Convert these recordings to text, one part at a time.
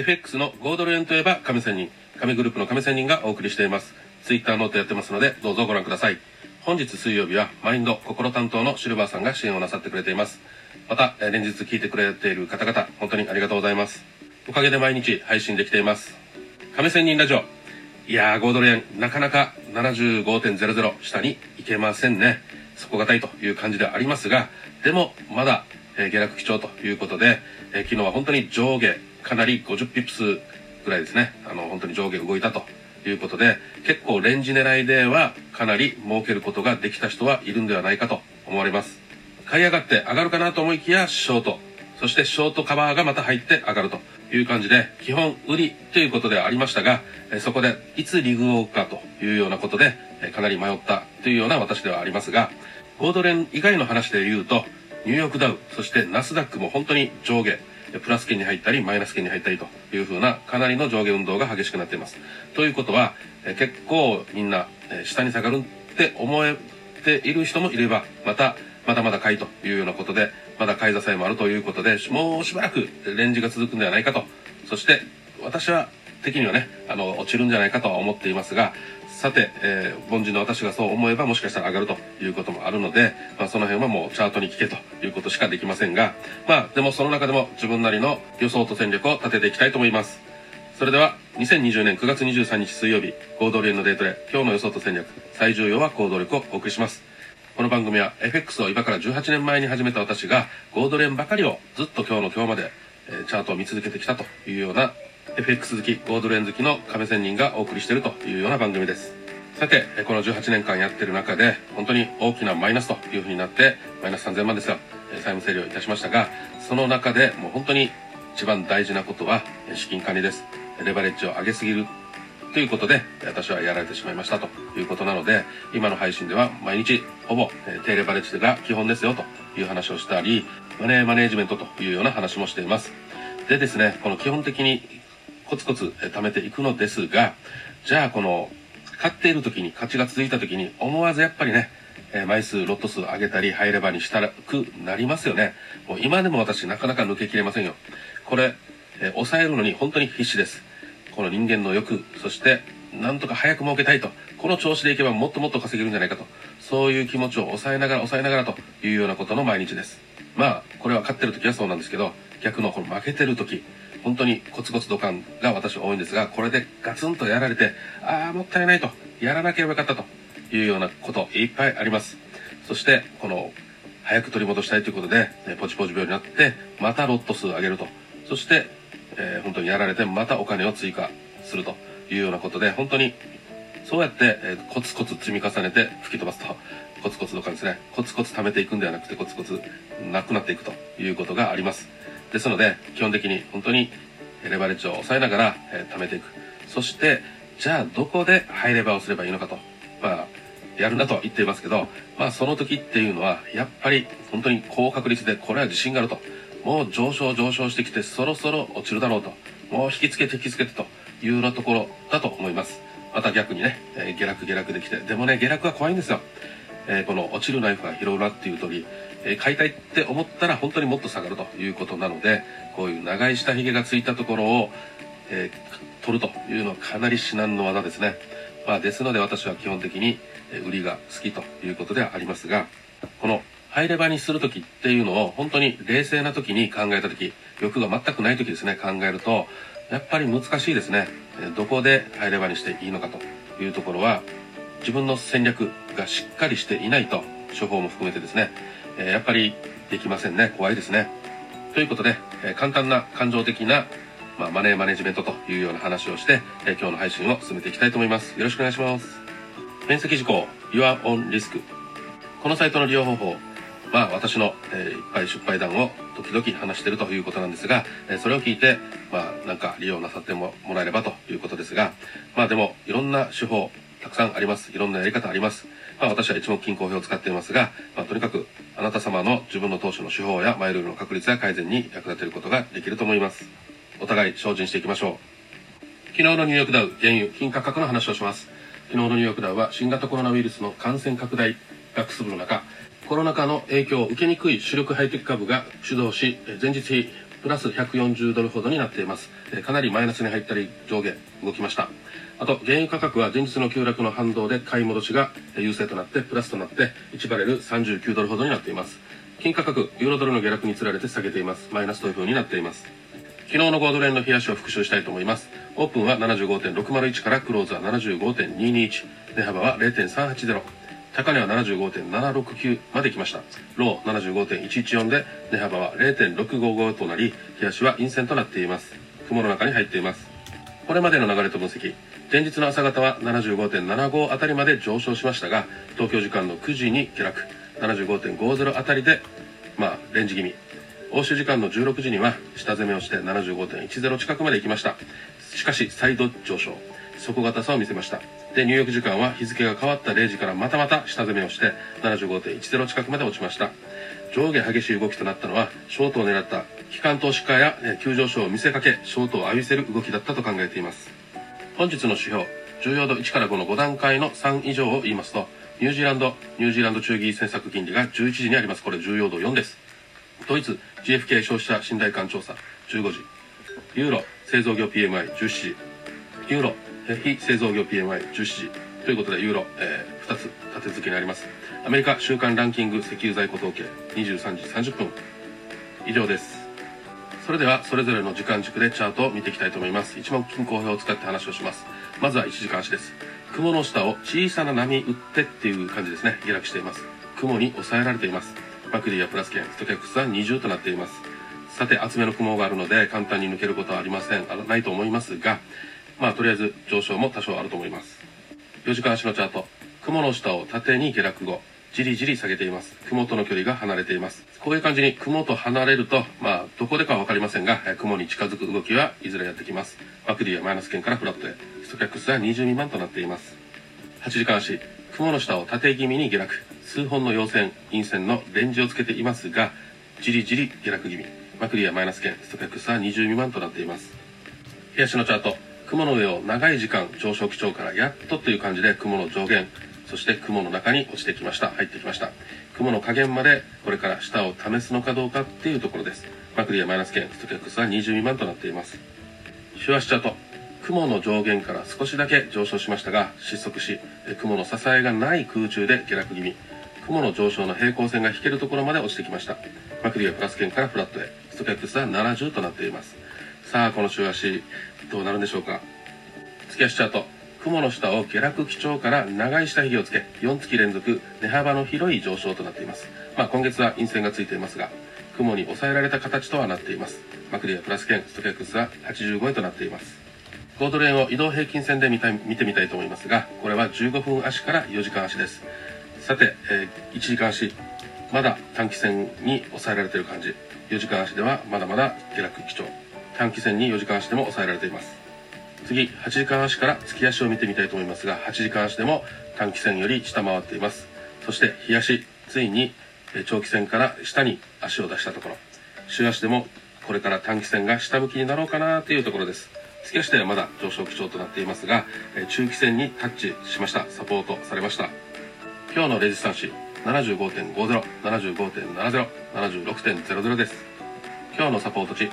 FX の5ドル円といえば亀仙人、亀グループの亀仙人がお送りしています。Twitter ノートやってますので、どうぞご覧ください。本日水曜日はマインド心担当のシルバーさんが支援をなさってくれています。また、連日聞いてくれている方々、本当にありがとうございます。おかげで毎日配信できています。亀仙人ラジオ。いやー、5ドル円、なかなか 75.00 下に行けませんね。底堅いという感じではありますが、でもまだ、下落基調ということで、昨日は本当に上下かなり50ピップスぐらいですね、本当に上下動いたということで、結構レンジ狙いではかなり儲けることができた人はいるんではないかと思われます。買い上がって上がるかなと思いきやショート、そしてショートカバーがまた入って上がるという感じで、基本売りということではありましたが、そこでいつリグを置くかというようなことでかなり迷ったというような私ではありますが、5ドル円以外の話で言うと、ニューヨークダウ、そしてナスダックも本当に上下、プラス圏に入ったりマイナス圏に入ったりという風なかなりの上下運動が激しくなっています。ということは、結構みんな下に下がるって思えている人もいれば、まだまだ買いというようなことで、まだ買い支えもあるということで、もうしばらくレンジが続くんではないかと。そして私は的にはね、落ちるんじゃないかとは思っていますが、さて、凡人の私がそう思えばもしかしたら上がるということもあるので、その辺はもうチャートに聞けということしかできませんが、でもその中でも自分なりの予想と戦略を立てていきたいと思います。それでは2020年9月23日水曜日、5ドル円のデートで今日の予想と戦略、最重要は行動力をお送りします。この番組は FX を今から18年前に始めた私が5ドル円ばかりをずっと今日の今日までチャートを見続けてきたというような FX 好き、5ドル円好きの亀仙人がお送りしているというような番組です。さて、この18年間やってる中で本当に大きなマイナスというふうになって、マイナス3000万ですが、債務整理をいたしましたが、その中でもう本当に一番大事なことは資金管理です。レバレッジを上げすぎるということで私はやられてしまいましたということなので、今の配信では毎日ほぼ低レバレッジが基本ですよという話をしたり、マネージメントというような話もしています。でですね、この基本的にコツコツ貯めていくのですが、じゃあこの買っている時に、勝ちが続いた時に思わずやっぱりね、枚数ロット数上げたりハイレバーにしたくなりますよね。もう今でも私なかなか抜けきれませんよ。これ、抑えるのに本当に必死です。この人間の欲、そしてなんとか早く儲けたいと、この調子でいけばもっともっと稼げるんじゃないかと、そういう気持ちを抑えながらというようなことの毎日です。これは勝ってる時はそうなんですけど、逆のこの負けてる時、本当にコツコツドカンが私は多いんですが、これでガツンとやられて、もったいないと、やらなければよかったというようなこといっぱいあります。そしてこの早く取り戻したいということで、ポチポチ病になってまたロット数上げると、そして本当にやられてまたお金を追加するというようなことで、本当にそうやって、コツコツ積み重ねて吹き飛ばすと、コツコツドカンですね。コツコツ貯めていくんではなくて、コツコツなくなっていくということがあります。ですので基本的に本当にレバレッジを抑えながら、貯めていく。そしてじゃあどこでハイレバーをすればいいのかと、やるなとは言っていますけど、その時っていうのはやっぱり本当に高確率でこれは自信があると、もう上昇してきてそろそろ落ちるだろうと、もう引きつけてというようなところだと思います。また逆にね、下落できて、でもね、下落は怖いんですよ。この落ちるナイフが拾うなっていう通り、買いたいって思ったら本当にもっと下がるということなので、こういう長い下髭がついたところを、取るというのはかなり至難の技ですね。ですので私は基本的に売りが好きということではありますが、このハイレバーにする時っていうのを本当に冷静な時に考えた時、欲が全くない時ですね、考えるとやっぱり難しいですね。どこでハイレバーにしていいのかというところは、自分の戦略がしっかりしていないと、処方も含めてですね、やっぱりできませんね。怖いですね。ということで、簡単な感情的な、マネージメントというような話をして、今日の配信を進めていきたいと思います。よろしくお願いします。面積事項 Your Own Risk。 このサイトの利用方法、私の、いっぱい失敗談を時々話しているということなんですが、それを聞いて、なんか利用なさってもらえればということですが、でもいろんな手法たくさんあります。いろんなやり方あります。私は一目均衡表を使っていますが、とにかくあなた様の自分の投資の手法やマイルールの確率や改善に役立てることができると思います。お互い精進していきましょう。昨日のニューヨークダウ、原油、金価格の話をします。昨日のニューヨークダウは新型コロナウイルスの感染拡大がくすぶる中、コロナ禍の影響を受けにくい主力ハイテク株が主導し、前日比プラス140ドルほどになっています。かなりマイナスに入ったり上下動きました。あと、原油価格は前日の急落の反動で買い戻しが優勢となってプラスとなって1バレル39ドルほどになっています。金価格、ユーロドルの下落につられて下げています。マイナスという風になっています。昨日の5ドル円の冷やしを復習したいと思います。オープンは 75.601 からクローズは 75.221、値幅は 0.380、高値は 75.769 まで来ました。ロー 75.114 で値幅は 0.655 となり、冷やしは陰線となっています。雲の中に入っています。これまでの流れと分析、前日の朝方は 75.75 あたりまで上昇しましたが、東京時間の9時に下落、75.50 あたりでレンジ気味。欧州時間の16時には下攻めをして 75.10 近くまで行きました。しかし再度上昇、底堅さを見せました。で、ニューヨーク時間は日付が変わった0時からまた下攻めをして 75.10 近くまで落ちました。上下激しい動きとなったのは、ショートを狙った機関投資家や急上昇を見せかけ、ショートを浴びせる動きだったと考えています。本日の指標、重要度1から5の5段階の3以上を言いますと、ニュージーランド中期政策金利が11時にあります。これ重要度4です。ドイツ GFK 消費者信頼感調査15時、ユーロ製造業 PMI17 時、ユーロ非製造業 PMI17 時ということで、ユーロ、2つ立て続けにあります。アメリカ週間ランキング石油在庫統計23時30分以上です。それではそれぞれの時間軸でチャートを見ていきたいと思います。一目均衡表を使って話をします。まずは1時間足です。雲の下を小さな波打ってっていう感じですね。下落しています。雲に抑えられています。マクディやプラス圏、ストキャックスは20となっています。さて、厚めの雲があるので簡単に抜けることはないと思いますが、とりあえず上昇も多少あると思います。4時間足のチャート、雲の下を縦に下落後、じりじり下げています。雲との距離が離れています。こういう感じに雲と離れると、どこでかはわかりませんが、雲に近づく動きはいずれやってきます。マクディはマイナス圏からフラットへ、ストキャックスは20未満となっています。8時間足、雲の下を縦気味に下落、数本の陽線、陰線のレンジをつけていますが、じりじり下落気味。マクディはマイナス圏、ストキャックスは20未満となっています。日足のチャート、雲の上を長い時間上昇基調からやっとという感じで雲の上限、そして雲の中に落ちてきました。入ってきました。雲の下限までこれから下を試すのかどうかっていうところです。マクディはマイナス圏、ストキャックスは20未満となっています。週足チャート、雲の上限から少しだけ上昇しましたが失速し、雲の支えがない空中で下落気味。雲の上昇の平行線が引けるところまで落ちてきました。マクディはプラス圏からフラットへ、ストキャックスは70となっています。さあ、この週足どうなるんでしょうか。月足チャート、雲の下を下落基調から長い下髭をつけ、4月連続値幅の広い上昇となっています。今月は陰線がついていますが、雲に抑えられた形とはなっています。マクディはプラス圏、ストキャックスは85円となっています。5ドル円を移動平均線で見てみたいと思いますが、これは15分足から4時間足です。さて、1時間足、まだ短期線に抑えられている感じ。4時間足ではまだまだ下落基調。短期線に4時間足でも抑えられています。次、8時間足から月足を見てみたいと思いますが、8時間足でも短期線より下回っています。そして、日足、ついに長期線から下に足を出したところ。週足でもこれから短期線が下向きになろうかなというところです。月足ではまだ上昇基調となっていますが、中期線にタッチしました。サポートされました。今日のレジスタンシ 75.50、75.70、76.00 です。今日のサポート値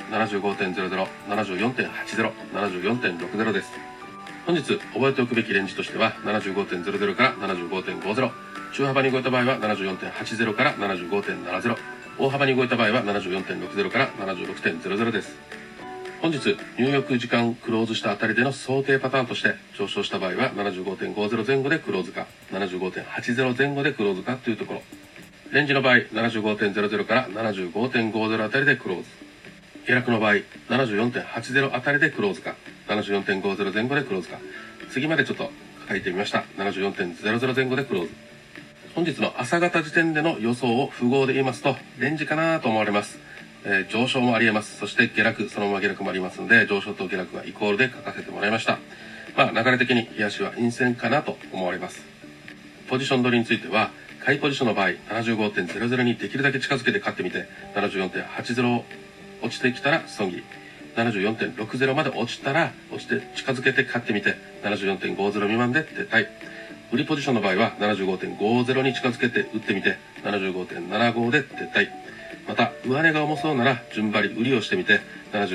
75.00、74.80、74.60 です。本日覚えておくべきレンジとしては 75.00 から 75.50、中幅に動いた場合は 74.80 から 75.70、大幅に動いた場合は 74.60 から 76.00 です。本日ニューヨーク時間クローズしたあたりでの想定パターンとして、上昇した場合は 75.50 前後でクローズか 75.80 前後でクローズかというところ。レンジの場合 75.00 から 75.50 あたりでクローズ。下落の場合 74.80 あたりでクローズか 74.50 前後でクローズか。次までちょっと書いてみました。 74.00 前後でクローズ。本日の朝方時点での予想を符号で言いますと、レンジかなと思われます。上昇もあり得ます。そして下落、そのまま下落もありますので、上昇と下落はイコールで書かせてもらいました。流れ的に日足は陰線かなと思われます。ポジション取りについては、買いポジションの場合 75.00 にできるだけ近づけて買ってみて、 74.80 落ちてきたら損切り、 74.60 まで落ちて近づけて買ってみて 74.50 未満で撤退。売りポジションの場合は 75.50 に近づけて売ってみて 75.75 で撤退。 また上値が重そうなら順張り売りをしてみて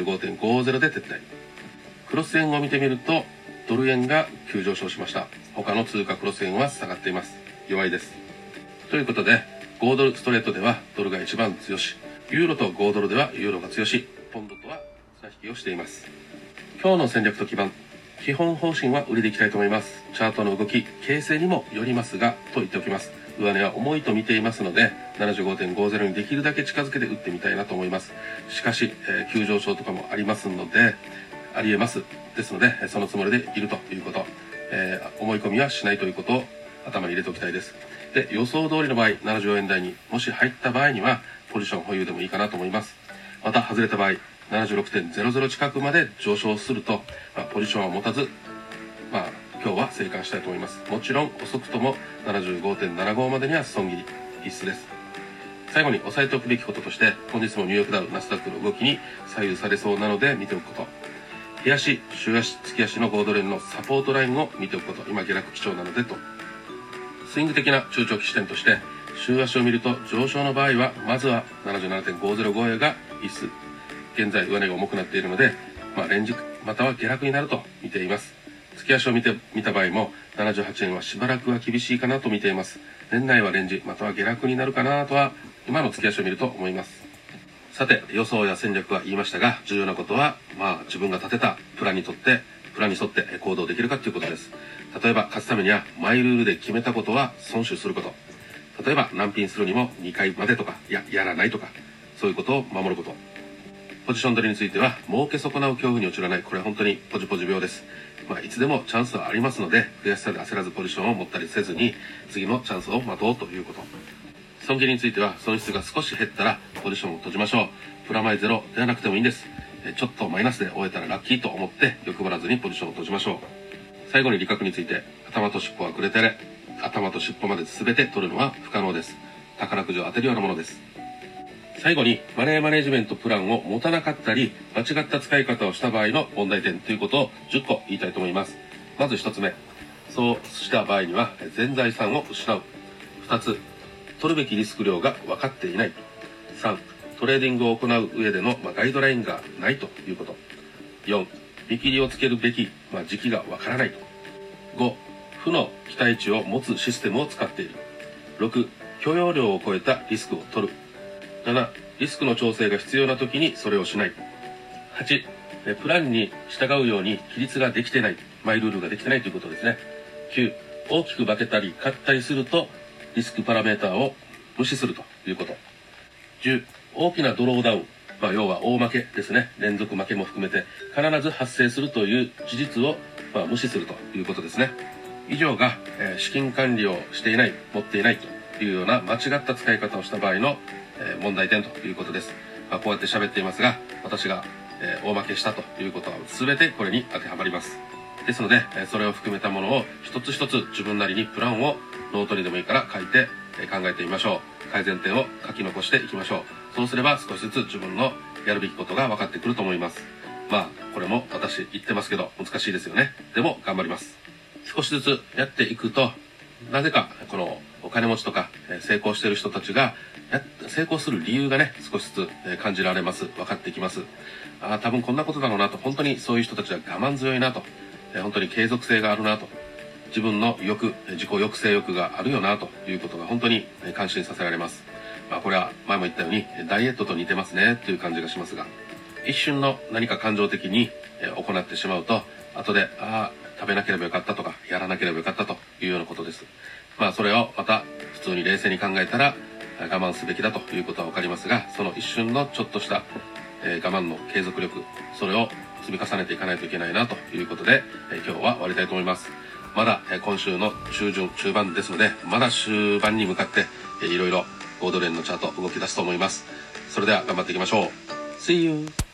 75.50 で撤退。クロス円を見てみるとドル円が急上昇しました。他の通貨クロス円は下がっています。弱いです。ということで5ドルストレートではドルが一番強し、ユーロと5ドルではユーロが強し、ポンドとは綱引きをしています。今日の戦略と基盤、基本方針は売りでいきたいと思います。チャートの動き、形成にもよりますがと言っておきます。上値は重いと見ていますので 75.50 にできるだけ近づけて打ってみたいなと思います。しかし、急上昇とかもありますので、ありえます。ですのでそのつもりでいるということ、思い込みはしないということを頭に入れておきたいです。で、予想通りの場合74円台にもし入った場合にはポジション保有でもいいかなと思います。また外れた場合 76.00 近くまで上昇すると、ポジションは持たず、今日は生還したいと思います。もちろん遅くとも 75.75 までには損切り必須です。最後に押さえておくべきこととして、本日もニューヨークダウナスダックの動きに左右されそうなので見ておくこと、日足、週足、月足の5ドル円のサポートラインを見ておくこと、今下落基調なのでと。スイング的な中長期視点として、週足を見ると上昇の場合はまずは 77.505 円が必須。現在上値が重くなっているので、レンジまたは下落になると見ています。月足を見た場合も78円はしばらくは厳しいかなと見ています。年内はレンジまたは下落になるかなとは今の月足を見ると思います。さて、予想や戦略は言いましたが、重要なことは自分が立てたプランに沿って行動できるかということです。例えば勝つためにはマイルールで決めたことは遵守すること、例えば難品するにも2回までとかやらないとか、そういうことを守ること。ポジション取りについては儲け損なう恐怖に陥らない。これは本当にポジポジ病です。いつでもチャンスはありますので、悔しさで焦らずポジションを持ったりせずに次のチャンスを待とうということ。損切りについては損失が少し減ったらポジションを閉じましょう。プラマイゼロではなくてもいいんです。ちょっとマイナスで終えたらラッキーと思って欲張らずにポジションを閉じましょう。最後に利確について、頭と尻尾はくれてれ、頭と尻尾まで全て取るのは不可能です。宝くじを当てるようなものです。最後にマネーマネジメントプランを持たなかったり間違った使い方をした場合の問題点ということを10個言いたいと思います。まず1つ目、そうした場合には全財産を失う。2つ、取るべきリスク量が分かっていない。3、トレーディングを行う上でのガイドラインがないということ。4、見切りをつけるべき時期が分からない。5、負の期待値を持つシステムを使っている。6、許容量を超えたリスクを取る。7、リスクの調整が必要な時にそれをしない。8、プランに従うように規律ができてない、マイルールができてないということですね。9、大きく化けたり買ったりするとリスクパラメーターを無視するということ。10、大きなドローダウン、要は大負けですね。連続負けも含めて必ず発生するという事実を無視するということですね。以上が、資金管理をしていない、持っていないというような間違った使い方をした場合の問題点ということです。こうやって喋っていますが、私が大負けしたということは全てこれに当てはまります。ですのでそれを含めたものを一つ一つ自分なりにプランをノートにでもいいから書いて考えてみましょう。改善点を書き残していきましょう。そうすれば少しずつ自分のやるべきことが分かってくると思います。これも私言ってますけど難しいですよね。でも頑張ります。少しずつやっていくと、なぜかこのお金持ちとか成功している人たちが成功する理由がね、少しずつ感じられます。分かってきます。多分こんなことだろうなと、本当にそういう人たちは我慢強いなと、本当に継続性があるなと、自分の欲、自己抑制欲があるよなということが本当に感心させられます。これは前も言ったようにダイエットと似てますねという感じがしますが、一瞬の何か感情的に行ってしまうと、後で食べなければよかったとかやらなければよかったというようなことです。それをまた普通に冷静に考えたら我慢すべきだということは分かりますが、その一瞬のちょっとした我慢の継続力、それを積み重ねていかないといけないなということで今日は終わりたいと思います。まだ今週の中盤ですので、まだ終盤に向かっていろいろ5ドル円のチャート動き出すと思います。それでは頑張っていきましょう。See you!